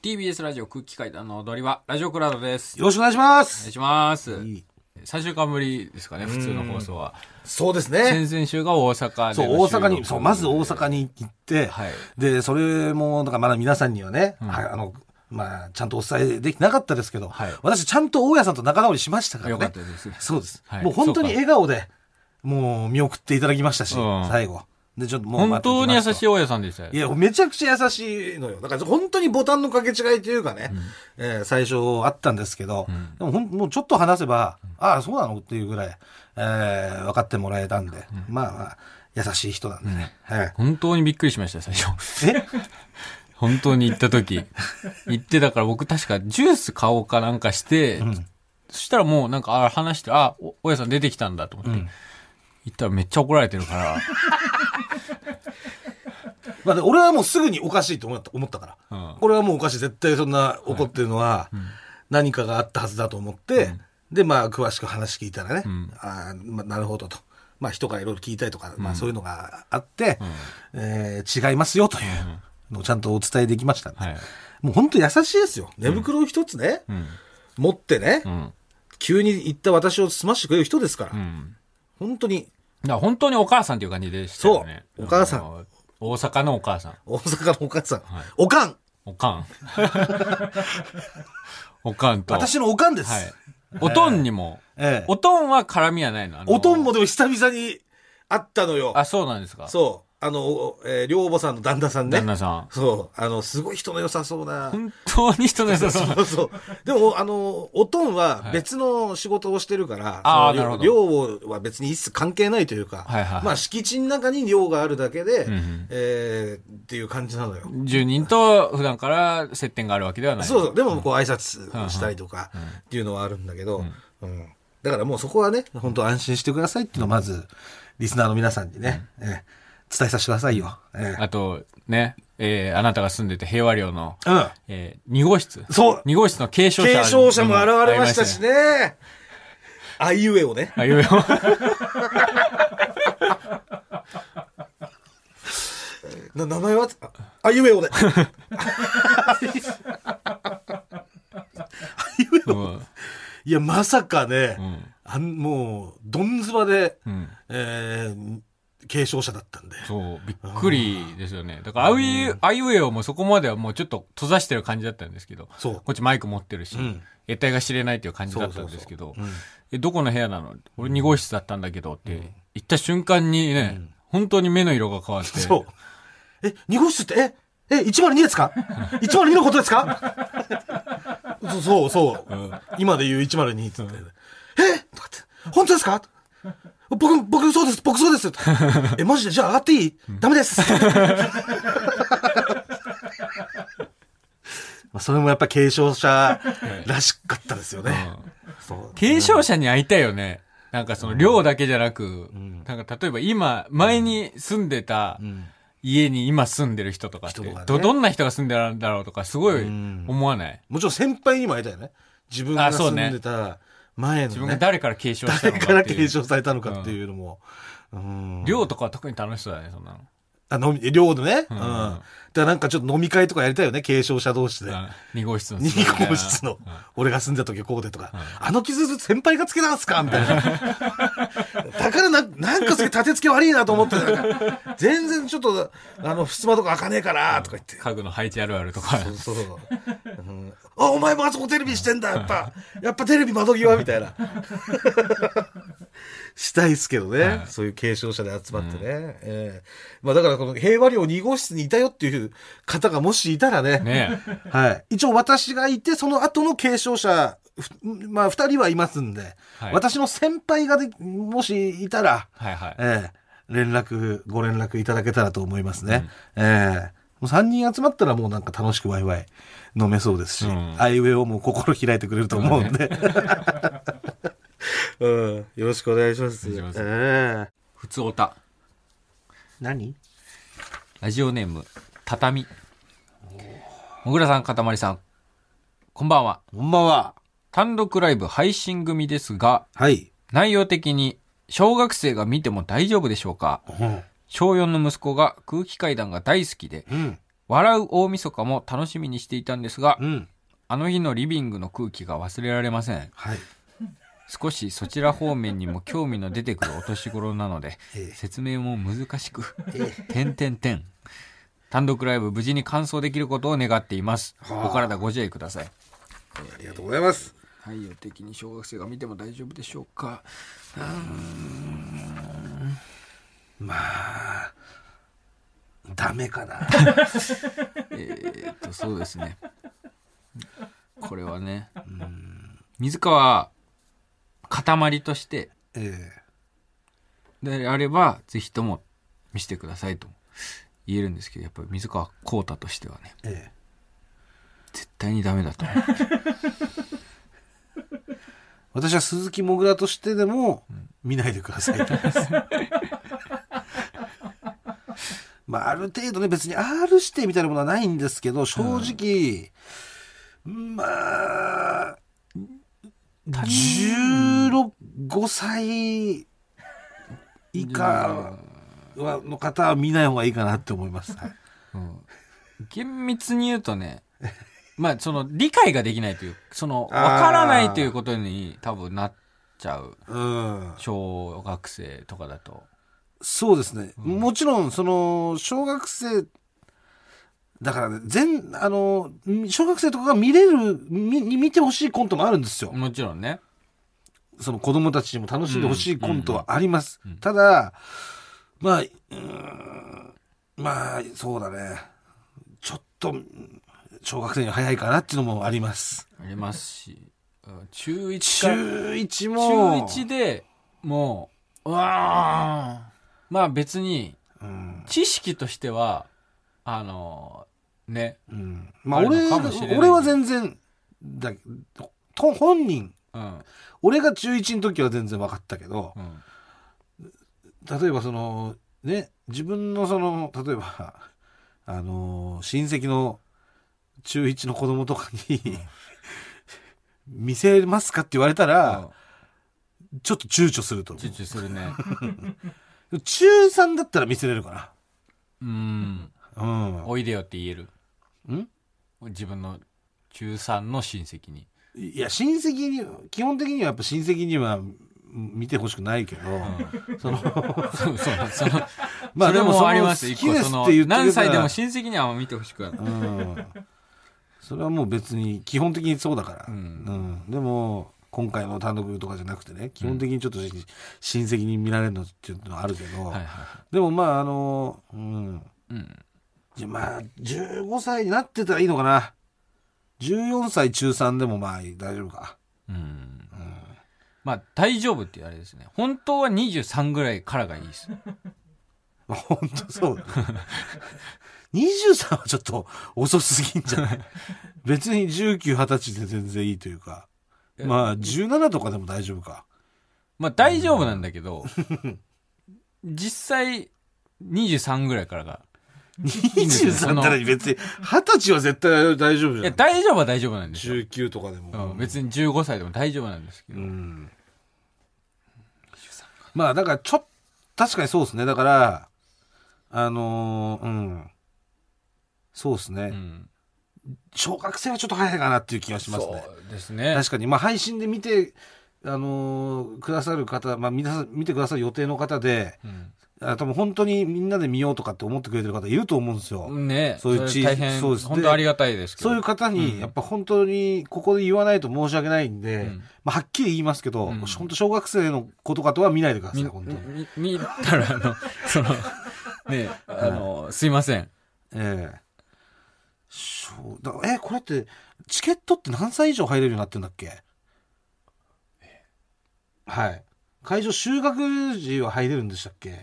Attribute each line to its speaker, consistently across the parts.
Speaker 1: TBS ラジオ空気階段の踊り場、ラジオクラウドです。
Speaker 2: よろしくお願いします。
Speaker 1: お願いします。3週間ぶりですかね、普通の放送は。
Speaker 2: そうですね。
Speaker 1: 先々週が大阪で。
Speaker 2: そう、大阪に、そう、まず大阪に行って、はい、で、それも、だからまだ皆さんにはね、まあ、ちゃんとお伝えできなかったですけど、はい、私ちゃんと大家さんと仲直りしましたからね。
Speaker 1: よかったです。
Speaker 2: そうです。はい、もう本当に笑顔で、もう見送っていただきましたし、最後。で、ちょっともう
Speaker 1: 本当に優しい大家さんでしたよ。
Speaker 2: いや、めちゃくちゃ優しいのよ。だから本当にボタンの掛け違いというかね、最初あったんですけど、でももうちょっと話せば、ああ、そうなのっていうぐらい、分かってもらえたんで、まあ、優しい人なんでね。
Speaker 1: 本当にびっくりしました、最初。本当に行った時。行ってだから僕確かジュース買おうかなんかして、そしたらもうなんか話して、大家さん出てきたんだと思って。行ったらめっちゃ怒られてるから。
Speaker 2: まあ俺はもうすぐにおかしいと思ったから、これはもうおかしい、絶対そんな怒ってるのは何かがあったはずだと思って、でまあ詳しく話聞いたらね、なるほどと、まあ人からいろいろ聞いたりとか、まあそういうのがあって、違いますよというのをちゃんとお伝えできましたんで、もう本当優しいですよ。寝袋一つね、持ってね、急に行った私を済ましてくれる人ですから、本当に。
Speaker 1: 本当にお母さんっていう感じでしたよね。
Speaker 2: そう、お母さん。
Speaker 1: 大阪のお母さん。
Speaker 2: 大阪のお母さん。おかん。
Speaker 1: おかん。おかんと。
Speaker 2: 私のおかんです。
Speaker 1: おとんにも。おとんは絡みはないの？
Speaker 2: おとんもでも久々に会ったのよ。
Speaker 1: あ、そうなんですか。
Speaker 2: そう。寮母さんの旦那さんね。
Speaker 1: 旦那さん。
Speaker 2: そう。すごい人の良さそうな。
Speaker 1: 本当に人の良さそうな。
Speaker 2: そうそう。でも、おとんは別の仕事をしてるから、
Speaker 1: なるほど。
Speaker 2: 寮は別に一切関係ないというか、まあ敷地の中に寮があるだけで、っていう感じなのよ。
Speaker 1: 住人と普段から接点があるわけではない。
Speaker 2: そうそう。でも、こう挨拶したりとかっていうのはあるんだけど、だからもうそこはね、本当安心してくださいっていうのをまず、リスナーの皆さんにね、伝えさせてくださいよ。
Speaker 1: あと、ね、あなたが住んでて平和寮の、2号室。
Speaker 2: そう。
Speaker 1: 2号室の継承者。
Speaker 2: 継承者も現れましたしね。あいうえをね。
Speaker 1: あいうえを。
Speaker 2: 名前はあいうえおで。あいうえお。いや、まさかね、もう、どんずばで、継承者だったんで。
Speaker 1: そう、びっくりですよね。だから、あいうえおもそこまではもうちょっと閉ざしてる感じだったんですけど、こっちマイク持ってるし、得体が知れないっていう感じだったんですけど、どこの部屋なの？俺2号室だったんだけどって言った瞬間にね、本当に目の色が変わって。
Speaker 2: そう。2号室って102ですか？ 102 のことですか？そう。今で言う102って言って。とかって、本当ですか？僕そうです。僕そうです。マジでじゃあ上がっていい？ダメです。それもやっぱ継承者らしかったですよね。
Speaker 1: 継承者に会いたいよね。なんかその寮だけじゃなく、なんか例えば前に住んでた家に今住んでる人とかって、どんな人が住んでるんだろうとかすごい思わない？
Speaker 2: もちろん先輩にも会いたいよね。自分が住んでた前のね。
Speaker 1: 自分が誰から継承したのかっていう。
Speaker 2: 誰から継承されたのかっていうのも。
Speaker 1: 寮とかは特に楽しそうだね、そんなの。
Speaker 2: 寮のね。だからなんかちょっと飲み会とかやりたいよね、継承者同士で。
Speaker 1: 2号室の。
Speaker 2: 2号室の。俺が住んでた時こうでとか。傷先輩がつけたんすかみたいな。だからなんかすげえ立て付け悪いなと思って、全然ちょっと、襖とか開かねえからとか言って。
Speaker 1: 家具の配置あるあるとか。
Speaker 2: そう。お前もあそこテレビしてんだ、やっぱテレビ窓際みたいな。したいですけどね、そういう継承者で集まってね。まあだからこの平和寮2号室にいたよっていう方がもしいたらね。一応私がいて、その後の継承者、まあ2人はいますんで、私の先輩がもしいたら、ご連絡いただけたらと思いますね。もう3人集まったらもうなんか楽しくワイワイ飲めそうですし、あいうえおも心開いてくれると思うんで。よろしくお願いします。
Speaker 1: ふつおた。
Speaker 2: 何？
Speaker 1: ラジオネーム、畳。もぐらさん、かたまりさん、こんばんは。
Speaker 2: こんばんは。
Speaker 1: 単独ライブ配信組ですが、
Speaker 2: はい。
Speaker 1: 内容的に小学生が見ても大丈夫でしょうか？小4の息子が空気階段が大好きで、 笑う大晦日も楽しみにしていたんですが、あの日のリビングの空気が忘れられません。
Speaker 2: はい。
Speaker 1: 少しそちら方面にも興味の出てくるお年頃なので、説明も難しく、単独ライブ無事に完走できることを願っています。お体ご自愛ください。
Speaker 2: ありがとうございます。
Speaker 1: 内容的に小学生が見ても大丈夫でしょうか。
Speaker 2: まあダメかな。
Speaker 1: そうですね。これはね、水川塊としてであればぜひとも見せてくださいと言えるんですけど、やっぱり水川浩太としてはね、絶対にダメだと思う。
Speaker 2: 私は鈴木もぐらとしてでも見ないでくださいと思います。まあある程度ね、別に R 指定みたいなものはないんですけど、正直、まあ15歳以下の方は見ない方がいいかなって思います。
Speaker 1: 厳密に言うとね、まあその理解ができないという、その分からないということに多分なっちゃう。小学生とかだと。
Speaker 2: そうですね。もちろんその小学生だからね、小学生とかが見てほしいコントもあるんですよ。
Speaker 1: もちろんね。
Speaker 2: その子供たちにも楽しんでほしいコントはあります。ただ、まあそうだね。ちょっと小学生には早いかなっていうのもあります。
Speaker 1: ありますし、中1でもうまあ別に知識としてはね、
Speaker 2: まあ俺は全然本人、俺が中1の時は全然分かったけど、例えばそのね、自分のその例えば親戚の中1の子供とかに見せますかって言われたら、ちょっと躊躇すると思う。
Speaker 1: 躊躇するね。
Speaker 2: 中3だったら見せれるか
Speaker 1: な。おいでよって言える。自分の中3の親戚に。
Speaker 2: いや、親戚に基本的にはやっぱ親戚には見てほしくないけど、
Speaker 1: まあでもあります。好きですって言って何歳でも親戚には見てほしくない。
Speaker 2: それはもう別に基本的にそうだから。でも今回の単独とかじゃなくてね、基本的にちょっと親戚に見られるのっていうのはあるけど、でもまあまあ15歳になってたらいいのかな。14歳中3でもまあ大丈夫か。
Speaker 1: まあ大丈夫ってあれですね。本当は23ぐらいからがいいです。
Speaker 2: 本当そうだ。23はちょっと遅すぎんじゃない？別に19、20歳で全然いいというか。まあ17とかでも大丈夫か。
Speaker 1: まあ大丈夫なんだけど、実際23ぐらいからが。
Speaker 2: 23だったら別に20歳は絶対大丈夫じゃん。
Speaker 1: いや大丈夫は大丈夫なんですよ。
Speaker 2: 19とかでも。
Speaker 1: 別に15歳でも大丈夫なんですけど。
Speaker 2: まあだから確かにそうですね。だからそうですね。小学生はちょっと早いかなっていう気がしますね。
Speaker 1: そうですね。
Speaker 2: 確かに、まあ配信で見て、くださる方、まあ皆さん見てくださる予定の方で、多分本当にみんなで見ようとかって思ってくれてる方いると思うんですよ。
Speaker 1: ね、
Speaker 2: そういう
Speaker 1: 大変、そうです。本当ありがたいですけど。
Speaker 2: そういう方に、やっぱ本当にここで言わないと申し訳ないんで、まあはっきり言いますけど、本当小学生の子とかとは見ないでください、本当に。
Speaker 1: 見たら、ね、すいません。
Speaker 2: これってチケットって何歳以上入れるようになってんだっけ？はい。会場就学時は入れるんでしたっけ？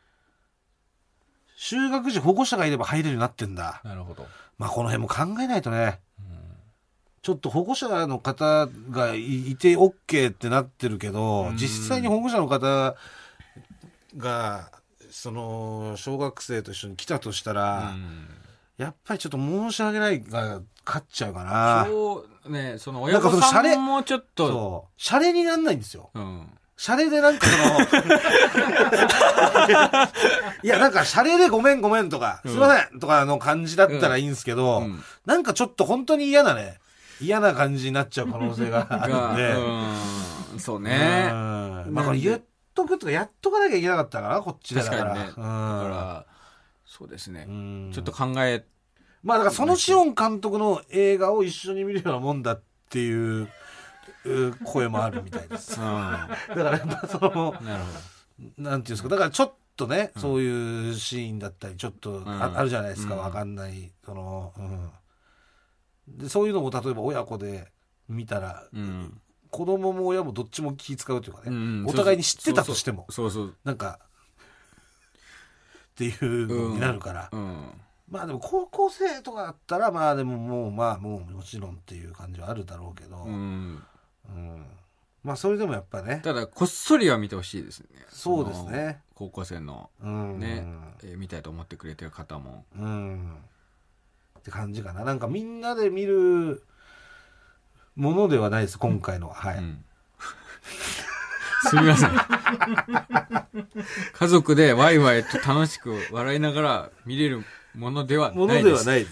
Speaker 2: 就学時保護者がいれば入れるようになってんだ。
Speaker 1: なるほど。
Speaker 2: まあこの辺も考えないとね。ちょっと保護者の方がいて OK ってなってるけど、実際に保護者の方がその小学生と一緒に来たとしたら、やっぱりちょっと申し訳ないが勝っちゃうかな。
Speaker 1: そうね、その親御さんもちょっと
Speaker 2: そうシャレになんないんですよ。 シャレでなんかいやなんかシャレでごめんとか、すいませんとかの感じだったらいいんですけど、なんかちょっと本当に嫌な感じになっちゃう可能性があるんで。
Speaker 1: そうね。
Speaker 2: まあこれ言っとくとかやっとかなきゃいけなかったかな、こっちだから。
Speaker 1: 確かにね。だからそうですね。ちょっと考え。
Speaker 2: まあだからそのシオン監督の映画を一緒に見るようなもんだっていう声もあるみたいです。だからやっぱそのなんていうんですか、だからちょっとね、そういうシーンだったりちょっとあるじゃないですか、わかんないその、でそういうのも例えば親子で見たら、子供も親もどっちも気使うというかね、お互いに知ってたとしてもなんかっていうのになるから、まあでも高校生とかだったらまあでももうもちろんっていう感じはあるだろうけど、まあそれでもやっぱね、
Speaker 1: ただこっそりは見てほしいですね。
Speaker 2: そうですね、
Speaker 1: 高校生のね、見たいと思ってくれてる方も
Speaker 2: って感じかな。なんかみんなで見るものではないです今回のは。はい、
Speaker 1: すみません。家族でワイワイと楽しく笑いながら見れるものではないです。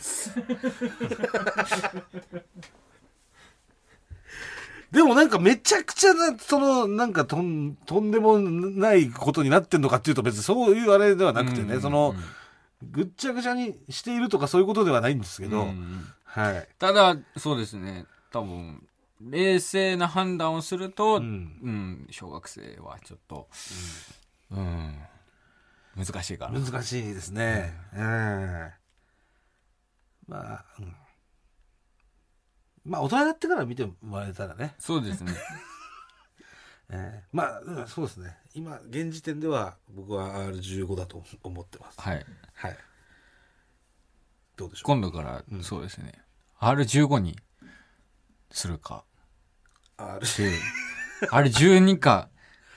Speaker 2: でもなんかめちゃくちゃなそのなんかとんでもないことになってんのかっていうと別にそういうあれではなくてね、そのぐっちゃぐちゃにしているとかそういうことではないんですけど、はい。
Speaker 1: ただそうですね、多分冷静な判断をすると、小学生はちょっと、難しいかな。
Speaker 2: 難しいですね。まあ大人になってから見てもらえたらね。
Speaker 1: そうですね。
Speaker 2: まあそうですね。今現時点では僕は R15 だと思ってます。
Speaker 1: はい
Speaker 2: はい。どうでしょう。
Speaker 1: 今度からそうですね。R15 にするか。R12 か。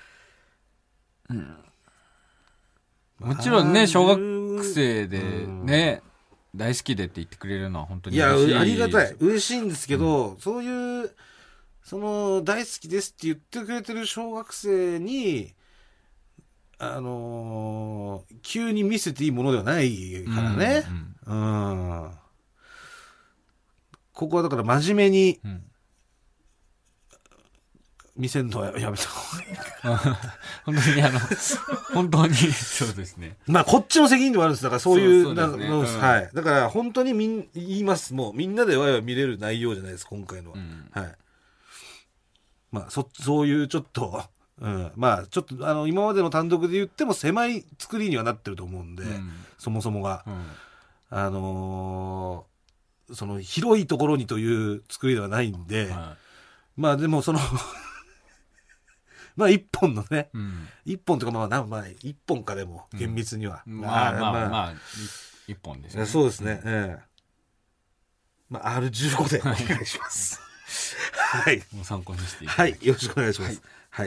Speaker 1: もちろんね、小学生でね、大好きでって言ってくれるのは本当に
Speaker 2: 嬉しい。いや、ありがたい。嬉しいんですけど、そういう、その、大好きですって言ってくれてる小学生に、急に見せていいものではないからね。ここはだから真面目に、見せるのはやめた方がいい
Speaker 1: 本当に本当にそうですね。
Speaker 2: まあこっちの責任でもあるんです。だからそういうはい。だから本当に言います。もうみんなでワイワイ見れる内容じゃないです今回のは。はい。まあそういうちょっと、まあちょっと今までの単独で言っても狭い作りにはなってると思うんで、そもそもが、その広いところにという作りではないんで、まあでもそのまあ一本のね、一本とかまあ一本かでも厳密には、
Speaker 1: まあ一本ですね。
Speaker 2: そうですね。まあ R15 でお願いします。はい。
Speaker 1: もう参考にして
Speaker 2: はい、よろしくお願いします。はい。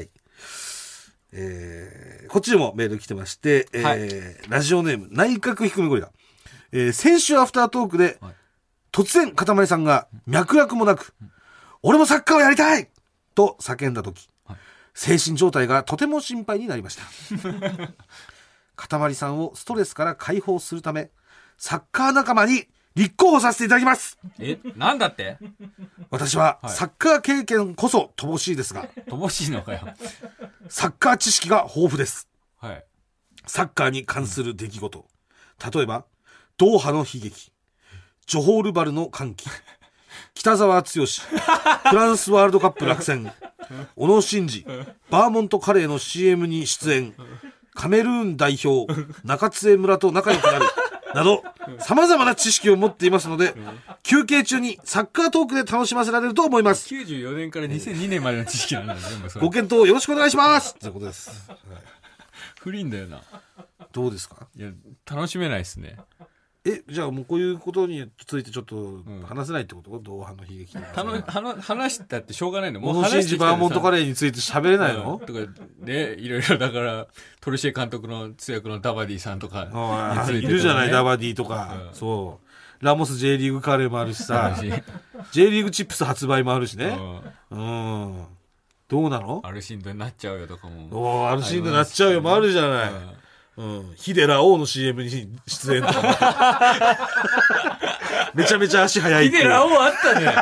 Speaker 2: こっちでもメール来てまして、ラジオネーム内閣低めゴリラ。先週アフタートークで、突然かたまりさんが脈絡もなく、俺もサッカーをやりたいと叫んだ時、精神状態がとても心配になりました。かたまりさんをストレスから解放するため、サッカー仲間に立候補させていただきます。
Speaker 1: なんだって？
Speaker 2: 私はサッカー経験こそ乏しいですが、
Speaker 1: 乏しいのかよ。
Speaker 2: サッカー知識が豊富です。
Speaker 1: はい。
Speaker 2: サッカーに関する出来事、例えばドーハの悲劇、ジョホールバルの歓喜、北澤剛、フランスワールドカップ落選、小野伸二、バーモントカレーの CM に出演、カメルーン代表、中津江村と仲良くなる、など、様々な知識を持っていますので、休憩中にサッカートークで楽しませられると思います。
Speaker 1: 94年から2002年までの知識なんだね。
Speaker 2: ご検討よろしくお願いしますということです。
Speaker 1: 古いんだよな。
Speaker 2: どうですか？
Speaker 1: いや、楽しめないですね。
Speaker 2: じゃあもうこういうことについてちょっと話せないってこと？ドーハの悲劇
Speaker 1: 話したってしょうがないの。
Speaker 2: もう話してきたバーモントカレーについて喋れないの？
Speaker 1: とかね、いろいろだからトルシエ監督の通訳のダバディさんとか
Speaker 2: について、いるじゃない、ダバディとか、そうラモス J リーグカレーもあるしさJ リーグチップス発売もあるしね。どどうなの？
Speaker 1: アルシンドになっちゃうよとかも。
Speaker 2: アルシンドになっちゃうよもあるじゃない。ヒデラオウの CM に出演とかめちゃめちゃ足速いっていう。
Speaker 1: ヒデラオウあったね。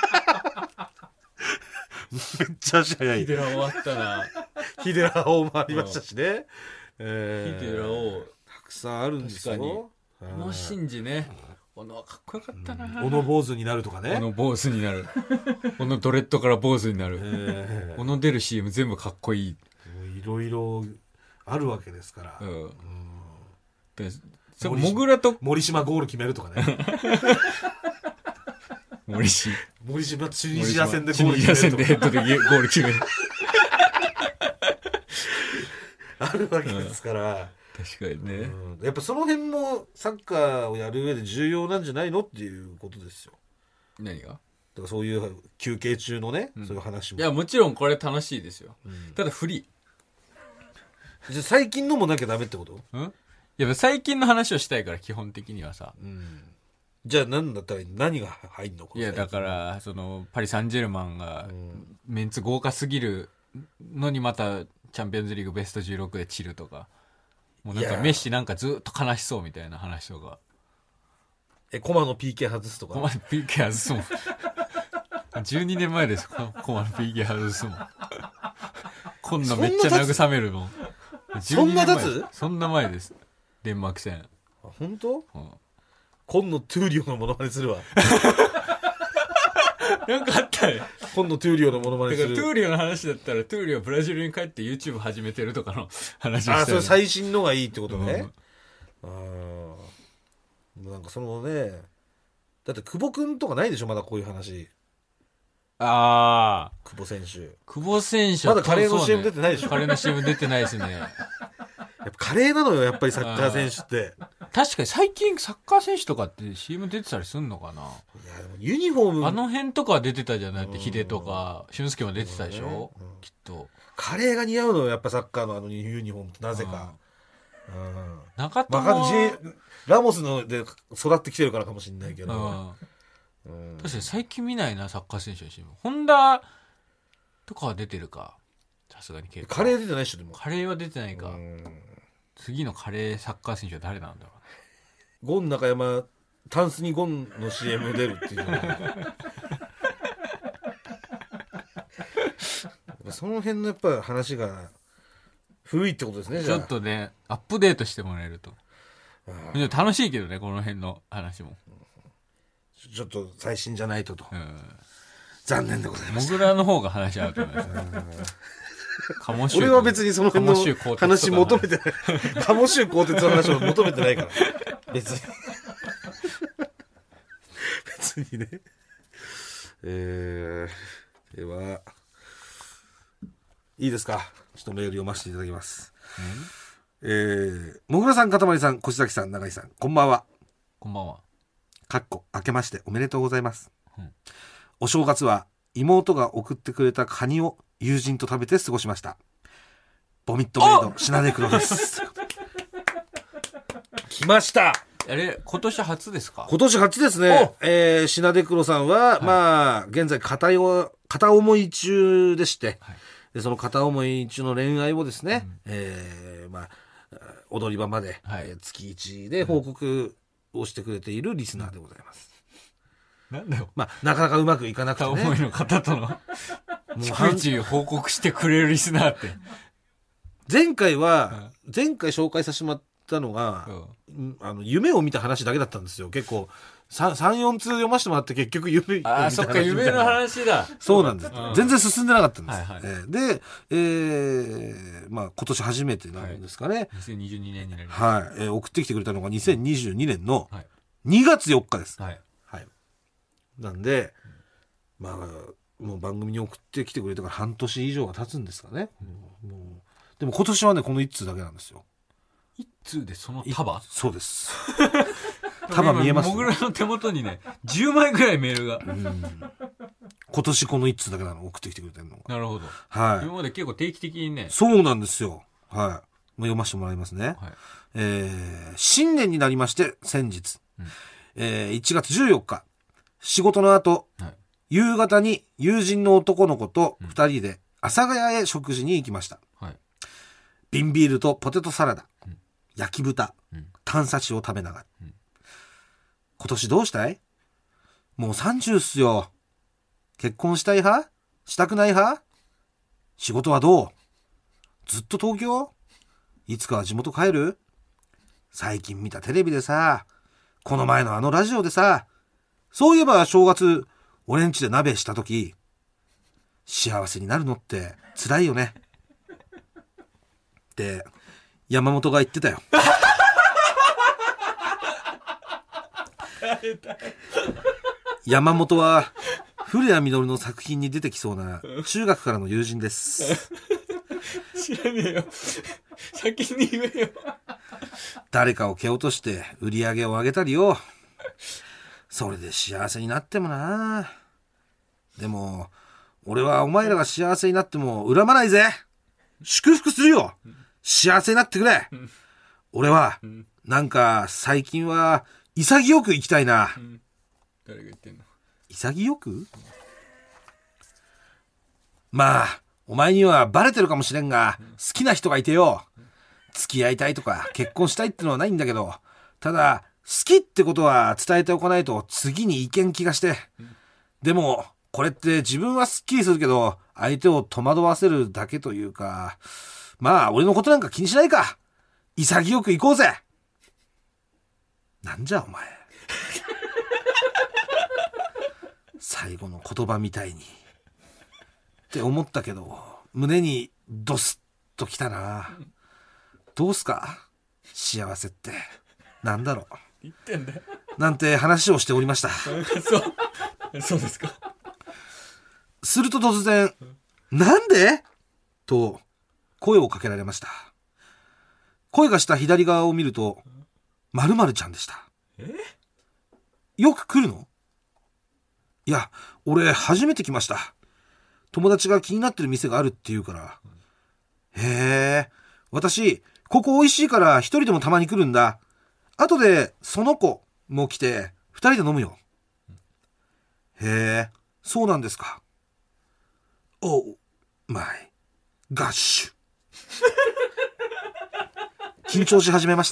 Speaker 2: めっちゃ足速い。
Speaker 1: ヒデラオウあったな。
Speaker 2: ヒデラオウもありましたしね。
Speaker 1: ヒデラオウ
Speaker 2: たくさんあるんですよ。
Speaker 1: 小野伸二ね。小野はかっこよかったな。
Speaker 2: 小野坊主になるとかね。
Speaker 1: 小野坊主になる。小野ドレッドから坊主になる。小野出る CM 全部かっこいい。
Speaker 2: いろいろあるわけですから。
Speaker 1: モグラと
Speaker 2: 森島ゴール決めるとかね。森島チュニジア戦でゴール決めるとか。チュニジア戦でヘッドでゴール決める。あるわけですから。
Speaker 1: 確かにね、
Speaker 2: やっぱその辺もサッカーをやる上で重要なんじゃないのっていうことですよ。
Speaker 1: 何が？だ
Speaker 2: からそういう休憩中のね、そういう話も。
Speaker 1: いやもちろんこれ楽しいですよ、ただフリ
Speaker 2: ー。じゃあ最近のもなきゃダメってこと？
Speaker 1: いや最近の話をしたいから基本的にはさ、
Speaker 2: じゃあ何だったら何が入んの？
Speaker 1: いやだからそのパリ・サンジェルマンがメンツ豪華すぎるのにまたチャンピオンズリーグベスト16で散るとか、もうなんかメッシなんかずっと悲しそうみたいな話とか。
Speaker 2: コマの PK 外すとか。
Speaker 1: コマの PK 外すもん。12年前ですよ、コマの PK 外すもん。こんなめっちゃ慰めるもん。
Speaker 2: そんな経つ？
Speaker 1: そんな前です。デンマーク戦。
Speaker 2: 本当？今野トゥーリオのモノマネするわ。
Speaker 1: なんかあったね。
Speaker 2: 今度トゥーリオのモノマネする。
Speaker 1: だからトゥーリオの話だったらトゥーリオブラジルに帰って YouTube 始めてるとかの話をしたよね。
Speaker 2: それ最新のがいいってことね。なんかそのね、だって久保くんとかないでしょまだこういう話。久保選手まだカレーの CM 出てないでしょ。
Speaker 1: カレーの CM 出てないですね。
Speaker 2: やっぱカレーなのよやっぱりサッカー選手って。
Speaker 1: 確かに最近サッカー選手とかって CM 出てたりすんのかな。い
Speaker 2: やでもユニフォーム
Speaker 1: あの辺とかは出てたじゃないって、ヒデとか俊介も出てたでしょ、きっと。
Speaker 2: カレーが似合うのよやっぱサッカーのあのユニフォームってなぜか。
Speaker 1: 中田も
Speaker 2: ラモスので育ってきてるからかもしれないけど。
Speaker 1: 確かに最近見ないなサッカー選手の CM。ホンダとかは出てるか。さすがに結構。
Speaker 2: カレー出てないっしょでも。
Speaker 1: カレーは出てないか。次のカレーサッカー選手は誰なんだろ
Speaker 2: う。ゴン中山タンスにゴンの CM 出るっていう。その辺のやっぱ話が古いってことですね。
Speaker 1: ちょっとねアップデートしてもらえると楽しいけどねこの辺の話も。
Speaker 2: ちょっと最新じゃないと。残念でございます。
Speaker 1: モグラの方が話合うと思います。
Speaker 2: 俺は別にその辺の話求めてない。鴨州鋼鉄の話を求めてないから。別にね。では、いいですか。ちょっとメール読ませていただきます。もぐらさん、かたまりさん、越崎さん、永井さん、こんばんは。
Speaker 1: こんばんは。
Speaker 2: 明けましておめでとうございます。お正月は妹が送ってくれたカニを友人と食べて過ごしました。ボミットメイドシナネクロです。来ました。
Speaker 1: あれ今年初ですか？
Speaker 2: 今年初ですね。シナデクロさんは、まあ現在片思い中でして、でその片思い中の恋愛をですね、まあ踊り場まで、月1で報告をしてくれているリスナーでございます。
Speaker 1: なんだよ。
Speaker 2: まあなかなかうまくいかなくてね。
Speaker 1: 片思いの方との逐一報告してくれるリスナーって。前回
Speaker 2: 紹介させてもらったのが、夢を見た話だけだったんですよ。結構3、4通読ませてもらって結局夢を見た話みたいな。
Speaker 1: そっか夢の話だ。
Speaker 2: そうなんです。全然進んでなかったんです。で、まあ今年初めてなんですかね。
Speaker 1: 2022年になります。
Speaker 2: はい。送ってきてくれたのが2022年の2月4日です。はい。なんで、まあもう番組に送ってきてくれてから半年以上が経つんですかね。でも今年はねこの1通だけなんですよ。
Speaker 1: 1通でその束？
Speaker 2: そうです。束見えます？
Speaker 1: もぐらの手元にね10枚ぐらいメールが。
Speaker 2: 今年この1通だけなの送ってきてくれてるのが。
Speaker 1: なるほど。
Speaker 2: はい。
Speaker 1: 今まで結構定期的にね。
Speaker 2: そうなんですよ。はい。もう読ませてもらいますね。新年になりまして先日、1月14日仕事の後、夕方に友人の男の子と2人で阿佐ヶ谷へ食事に行きました。
Speaker 1: はい、
Speaker 2: 瓶ビールとポテトサラダ、焼き豚、タン刺しを食べながら、今年どうしたい？もう30っすよ。結婚したい派？したくない派？仕事はどう？ずっと東京？いつかは地元帰る？最近見たテレビでさ、この前のあのラジオでさ、そういえば正月俺ん家で鍋した時、幸せになるのって辛いよねって山本が言ってたよ。山本は古谷実の作品に出てきそうな中学からの友人です。
Speaker 1: 知らねえよ。先に言えよ。
Speaker 2: 誰かを蹴落として売り上げを上げたりよ。それで幸せになってもな。でも俺はお前らが幸せになっても恨まないぜ。祝福するよ。幸せになってくれ。俺はなんか最近は潔く生きたいな。
Speaker 1: 誰が言ってんの？
Speaker 2: 潔く？まあお前にはバレてるかもしれんが、好きな人がいてよ、付き合いたいとか結婚したいってのはないんだけど、ただ好きってことは伝えておかないと次にいけん気がして。でもこれって自分はすっきりするけど相手を戸惑わせるだけというか、まあ俺のことなんか気にしないか。潔くいこうぜ。なんじゃお前。最後の言葉みたいにって思ったけど、胸にドスッときたな。どうすか幸せってなんだろう。
Speaker 1: 言ってんだよ。
Speaker 2: なんて話をしておりました。
Speaker 1: そうですか。
Speaker 2: すると突然、なんで？と声をかけられました。声がした左側を見ると、〇〇ちゃんでした。よく来るの？いや、俺初めて来ました。友達が気になってる店があるって言うから。へえ、私ここ美味しいから一人でもたまに来るんだ。後でその子も来て二人で飲むよ。へえ、そうなんですか。おうマイガッシュ。緊張し始めました。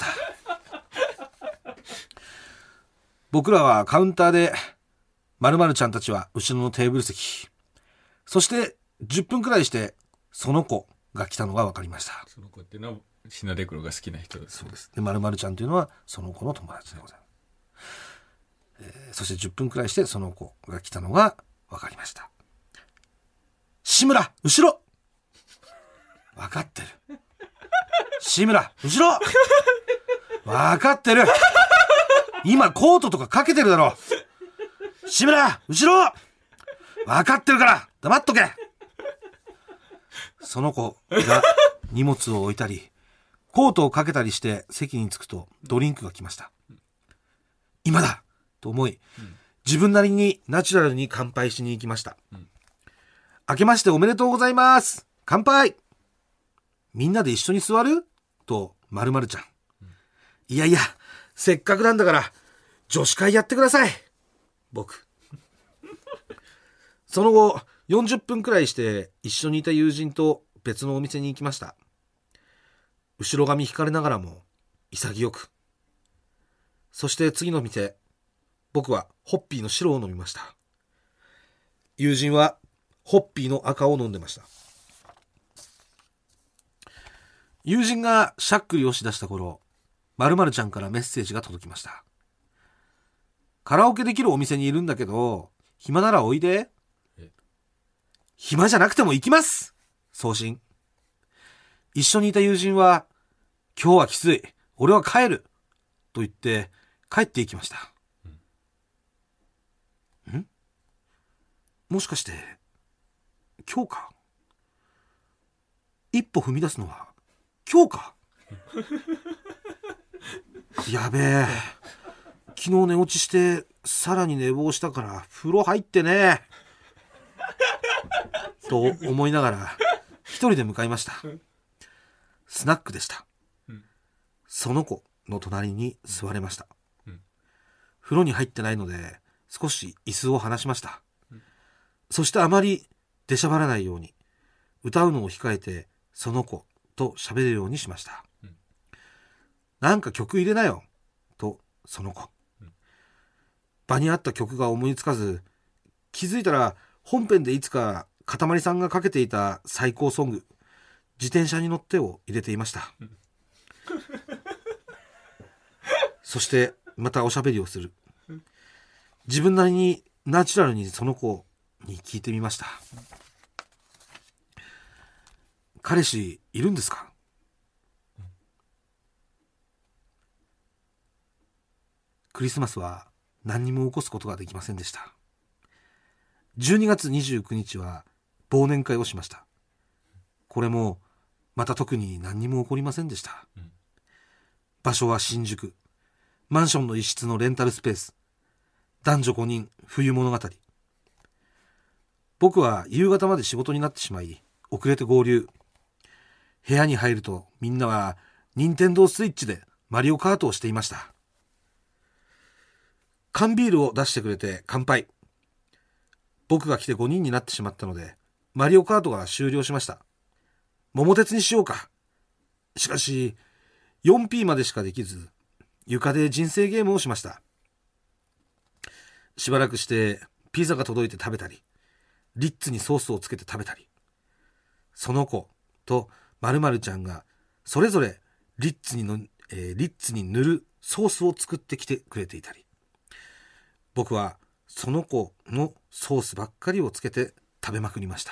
Speaker 2: 僕らはカウンターで、〇〇ちゃんたちは後ろのテーブル席、そして10分くらいしてその子が来たのが分かりました。
Speaker 1: その子っていうのはシナデクロが好きな人です。
Speaker 2: そうです。で、〇〇ちゃんというのはその子の友達でございます。そして10分くらいしてその子が来たのが分かりました。志村後ろ。分かってる。志村後ろ。分かってる。今コートとかかけてるだろ。志村後ろ。分かってるから黙っとけ。その子が荷物を置いたりコートをかけたりして席に着くとドリンクが来ました。今だと思い、自分なりにナチュラルに乾杯しに行きました。明けましておめでとうございます。乾杯。みんなで一緒に座る？と〇〇ちゃん。いやいや、せっかくなんだから女子会やってください。僕。その後40分くらいして一緒にいた友人と別のお店に行きました。後ろ髪引かれながらも潔く。そして次の店、僕はホッピーの白を飲みました。友人はホッピーの赤を飲んでました。友人がしゃっくりをしだした頃、〇〇ちゃんからメッセージが届きました。カラオケできるお店にいるんだけど暇ならおいで。暇じゃなくても行きます。送信。一緒にいた友人は、今日はきつい、俺は帰ると言って帰っていきました。もしかして今日か。一歩踏み出すのは今日か。やべえ、昨日寝落ちしてさらに寝坊したから風呂入ってねと思いながら一人で向かいました。スナックでした。その子の隣に座れました。風呂に入ってないので少し椅子を離しました。そしてあまり出しゃばらないように歌うのを控えてその子と喋るようにしました。なんか曲入れなよとその子。場にあった曲が思いつかず、気づいたら本編でいつかかたまりさんがかけていた最高ソング、自転車に乗ってを入れていました。そしてまたおしゃべりをする。自分なりにナチュラルにその子に聞いてみました。彼氏いるんですか？クリスマスは何にも起こすことができませんでした。12月29日は忘年会をしました。これもまた特に何にも起こりませんでした。場所は新宿。マンションの一室のレンタルスペース。男女5人冬物語。僕は夕方まで仕事になってしまい、遅れて合流。部屋に入るとみんなは任天堂スイッチでマリオカートをしていました。缶ビールを出してくれて乾杯。僕が来て5人になってしまったのでマリオカートが終了しました。桃鉄にしようか。しかし 4P までしかできず、床で人生ゲームをしました。しばらくしてピザが届いて食べたり、リッツにソースをつけて食べたり、その子と〇〇ちゃんがそれぞれリッツに塗るソースを作ってきてくれていたり、僕はその子のソースばっかりをつけて食べまくりました。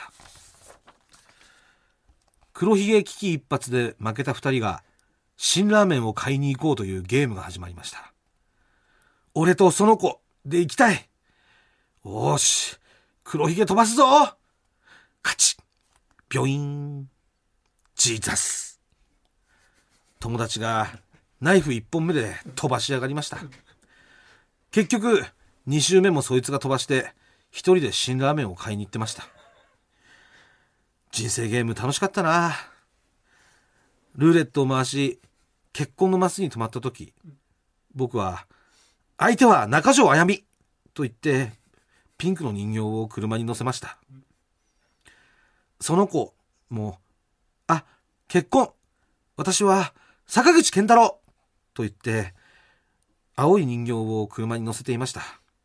Speaker 2: 黒ひげ危機一髪で負けた2人が辛ラーメンを買いに行こうというゲームが始まりました。俺とその子で行きたい。おーし、黒ひげ飛ばすぞ。カチッ、ビョイン、ジーザス。友達がナイフ1本目で飛ばしやがりました。結局2周目もそいつが飛ばして一人で辛ラーメンを買いに行ってました。人生ゲーム楽しかったな。ルーレットを回し結婚のマスに止まった時、僕は相手は中条あやみと言ってピンクの人形を車に乗せました。その子も結婚、私は坂口健太郎と言って青い人形を車に乗せていました。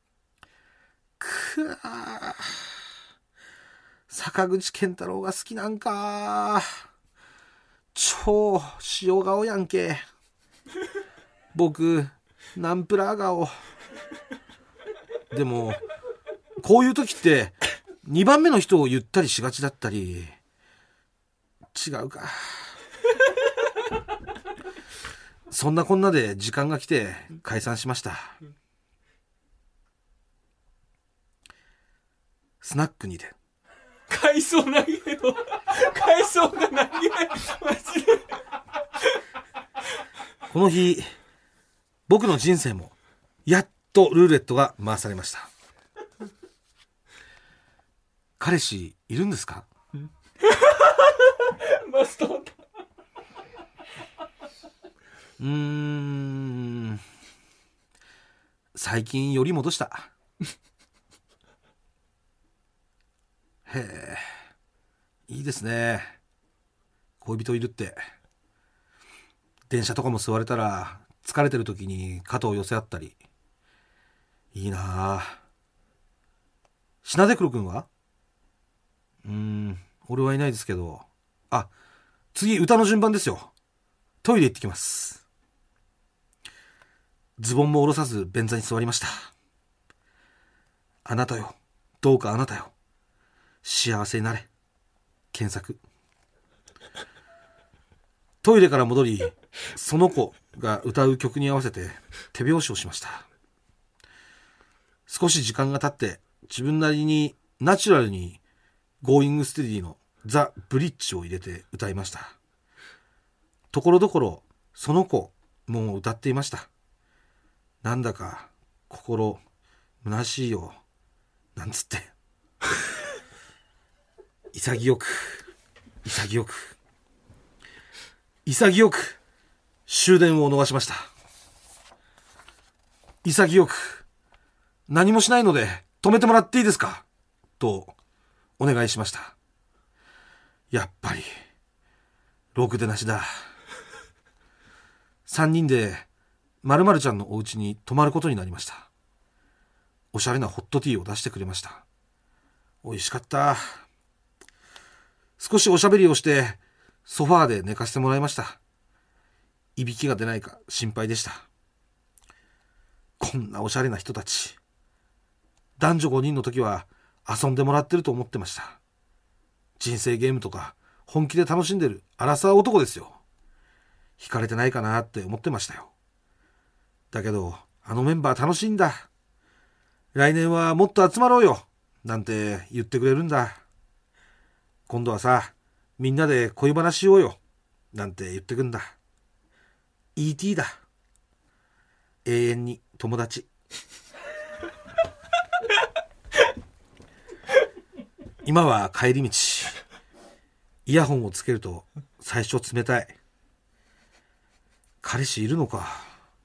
Speaker 2: 坂口健太郎が好きなんか。超塩顔やんけ。僕ナンプラー顔。でもこういう時って2番目の人を言ったりしがちだったり。違うか。そんなこんなで時間が来て解散しました。スナックにで
Speaker 1: 海藻投げろ。海藻が投げない。マジで。
Speaker 2: この日僕の人生もやっとルーレットが回されました。彼氏いるんですか？
Speaker 1: マストだった。
Speaker 2: 最近より戻した。へえ、いいですね、恋人いるって。電車とかも座れたら疲れてる時に肩を寄せ合ったり。いいなあ。品出黒くんは？俺はいないですけど。次歌の順番ですよ。トイレ行ってきます。ズボンも下ろさず便座に座りました。あなたよ、どうかあなたよ、幸せになれ。検索。トイレから戻り、その子が歌う曲に合わせて手拍子をしました。少し時間が経って自分なりにナチュラルにゴーイングステディのザ・ブリッジを入れて歌いました。ところどころその子も歌っていました。なんだか心虚しいよなんつって潔く終電を逃しました。潔く何もしないので止めてもらっていいですかとお願いしました。 やっぱりろくでなしだ。3人で〇〇ちゃんのお家に泊まることになりました。おしゃれなホットティーを出してくれました。美味しかった。少しおしゃべりをしてソファーで寝かせてもらいました。いびきが出ないか心配でした。こんなおしゃれな人たち、男女5人の時は遊んでもらってると思ってました。人生ゲームとか本気で楽しんでるアラサー男ですよ。惹かれてないかなって思ってましたよ。だけどあのメンバー楽しいんだ。来年はもっと集まろうよなんて言ってくれるんだ。今度はさ、みんなで恋話しようよなんて言ってくんだ。 ET だ。永遠に友達。今は帰り道、イヤホンをつけると最初冷たい。彼氏いるのか。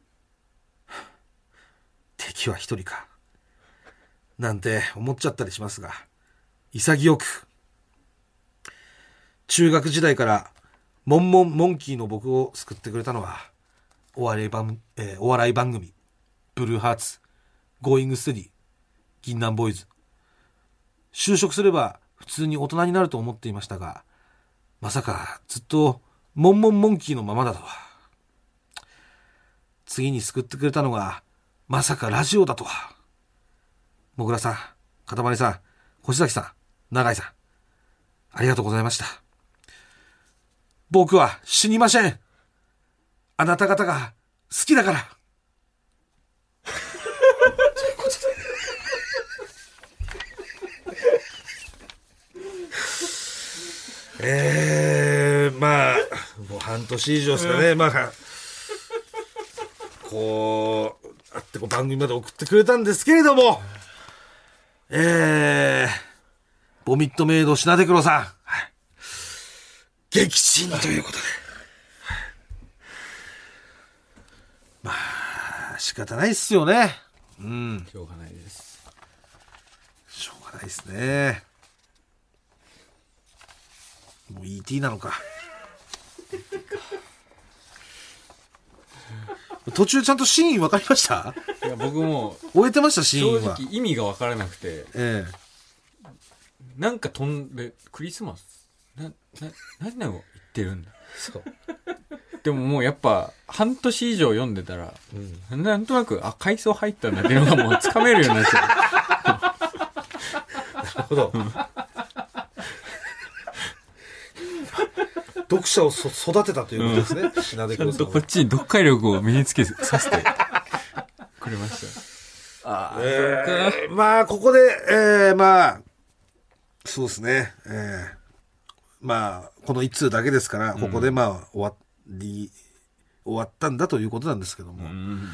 Speaker 2: 敵は一人かなんて思っちゃったりしますが、潔く中学時代からモンモンモンキーの僕を救ってくれたのはお笑い番組ブルーハーツ、ゴーイングステディ、銀杏ボーイズ。就職すれば普通に大人になると思っていましたが、まさかずっとモンモンモンキーのままだとは。次に救ってくれたのがまさかラジオだとは。もぐらさん、かたまりさん、星崎さん、永井さん、ありがとうございました。僕は死にません。あなた方が好きだから。まあもう半年以上ですかね、まあこうあって番組まで送ってくれたんですけれども、ボミットメイドシナデクロさん、はい、撃沈ということで、まあ仕方ないっすよね。うん、
Speaker 1: しょうがないです。
Speaker 2: しょうがないですね。もう ET なのか。途中ちゃんとシーン分かりました？
Speaker 1: いや僕も
Speaker 2: 終えてました。シーンは
Speaker 1: 正直意味が分からなくて、なんか飛んでクリスマス何を言ってるんだ。
Speaker 2: そう
Speaker 1: でももうやっぱ半年以上読んでたら、なんとなく海藻入ったんだっていうのがもうつかめるようになっちゃう。
Speaker 2: なるほど。読者を育てたということですね。シナデクロさんは
Speaker 1: ちゃんとこっちに読解力を身につけさせてくれました。
Speaker 2: まあここで、まあそうですね、まあこの一通だけですから、ここでまあ終わったんだということなんですけども、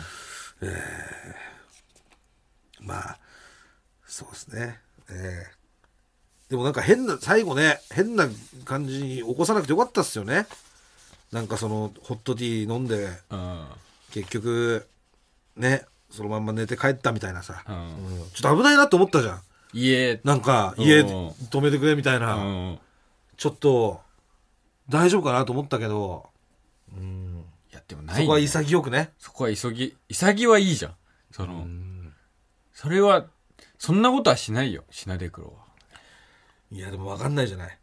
Speaker 2: まあそうですね、でもなんか最後ね、変な感じに起こさなくてよかったっすよね。なんかそのホットティー飲んで結局ねそのまんま寝て帰ったみたいなさ、ちょっと危ないなと思ったじゃん。なんか家止めてくれみたいな、ちょっと大丈夫かなと思ったけど、
Speaker 1: いやでもない、
Speaker 2: そこは潔くね。
Speaker 1: そこは潔はいいじゃん。それはそんなことはしないよ、シナデクロは。
Speaker 2: いやでも分かんないじゃない。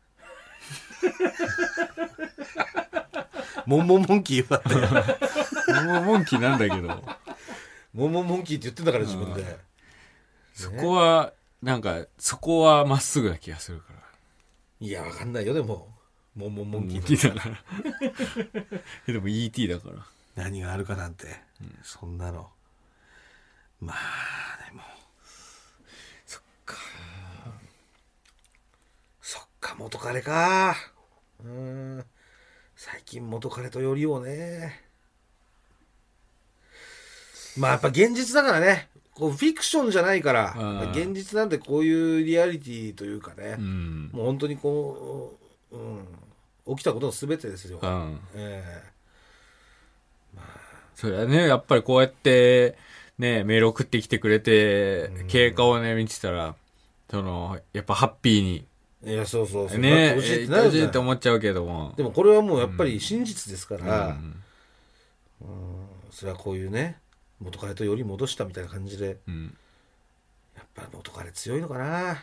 Speaker 2: モンモンモンキーは
Speaker 1: モンモンモンキーなんだけど、
Speaker 2: モンモンモンキーって言ってたから自分で、
Speaker 1: そこはなんかそこはまっすぐな気がするから。
Speaker 2: いや分かんないよ。でもモンモンモンキー
Speaker 1: だからでも ET だから
Speaker 2: 何があるかなんて、そんなの。まあでもそっか元彼か。最近元彼とよりをね。まあやっぱ現実だからね。こうフィクションじゃないから、現実なんでこういうリアリティというかね、もう本当にこう、起きたことの全てですよ。ま
Speaker 1: あ、それはね、やっぱりこうやってねメール送ってきてくれて、経過をね見てたら、やっぱハッピーに
Speaker 2: いや、そうそうそう。
Speaker 1: ね、
Speaker 2: 欲しいって
Speaker 1: なるじゃんって思っちゃうけども。
Speaker 2: でもこれはもうやっぱり真実ですから、それはこういうね、元彼とより戻したみたいな感じで、やっぱ元彼強いのかな。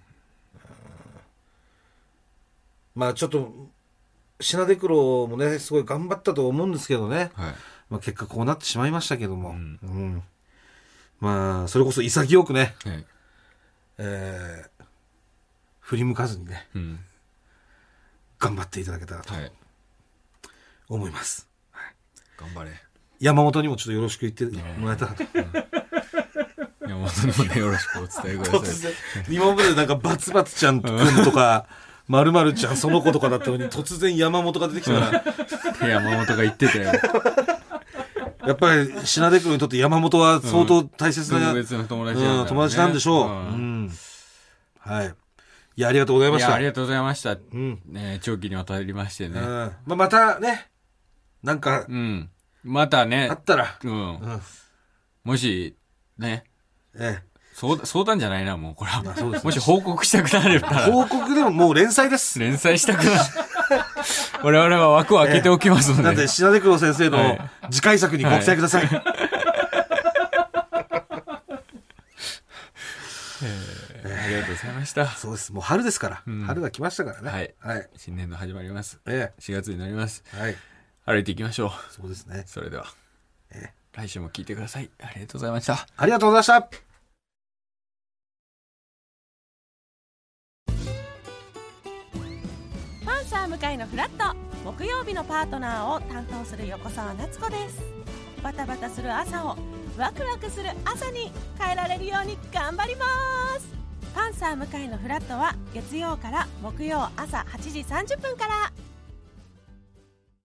Speaker 2: まあちょっと、品出黒もね、すごい頑張ったと思うんですけどね。はい、まあ結果こうなってしまいましたけども。まあ、それこそ潔くね、はい、振り向かずにね、頑張っていただけたらと思います。はい、
Speaker 1: 頑張れ。
Speaker 2: 山本にもちょっとよろしく言ってもらえたらと。
Speaker 1: 山本にもね、よろしくお伝えください。突然、
Speaker 2: 今までなんかバツバツちゃんくんとか、まるまるちゃんその子とかだったのに、突然山本が出てきたら。
Speaker 1: 山本が言ってたよ。
Speaker 2: やっぱり品出君にとって山本は相当大切な、
Speaker 1: 特別な友達なんだろうね、
Speaker 2: 友達なんでしょう。はい。いや、ありがとうございました。
Speaker 1: いや、ありがとうございました。ね、長期にわたりましてね。
Speaker 2: まあ、またね、なんか、
Speaker 1: またね、
Speaker 2: あったら、
Speaker 1: もし、ね、相談じゃないな、もう、これは。もし報告したくなれば。
Speaker 2: 報告でももう連載です。
Speaker 1: 連載したくなる。我々は枠を開けておきますので。
Speaker 2: なんで、品出黒先生の次回作にご期待ください。あ
Speaker 1: りがとうございました。
Speaker 2: そうです。もう春ですから。春が来ましたからね。
Speaker 1: はい。新年度始まります。4月になります。はい。歩いていきましょう。
Speaker 2: そうですね。
Speaker 1: それでは、来週も聞いてください。ありがとうございました。
Speaker 2: ありがとうございました。
Speaker 3: パンサー向井のフラット、木曜日のパートナーを担当する横澤夏子です。バタバタする朝をワクワクする朝に変えられるように頑張ります。パンサー向井のフラットは月曜から木曜朝8時30分から。